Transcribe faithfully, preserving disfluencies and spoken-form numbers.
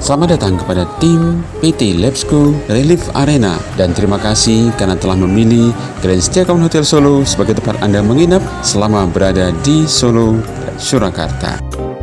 Selamat datang kepada tim P T Labsco Relief Arena dan terima kasih karena telah memilih Grand Setiakom Hotel Solo sebagai tempat Anda menginap selama berada di Solo dan Surakarta.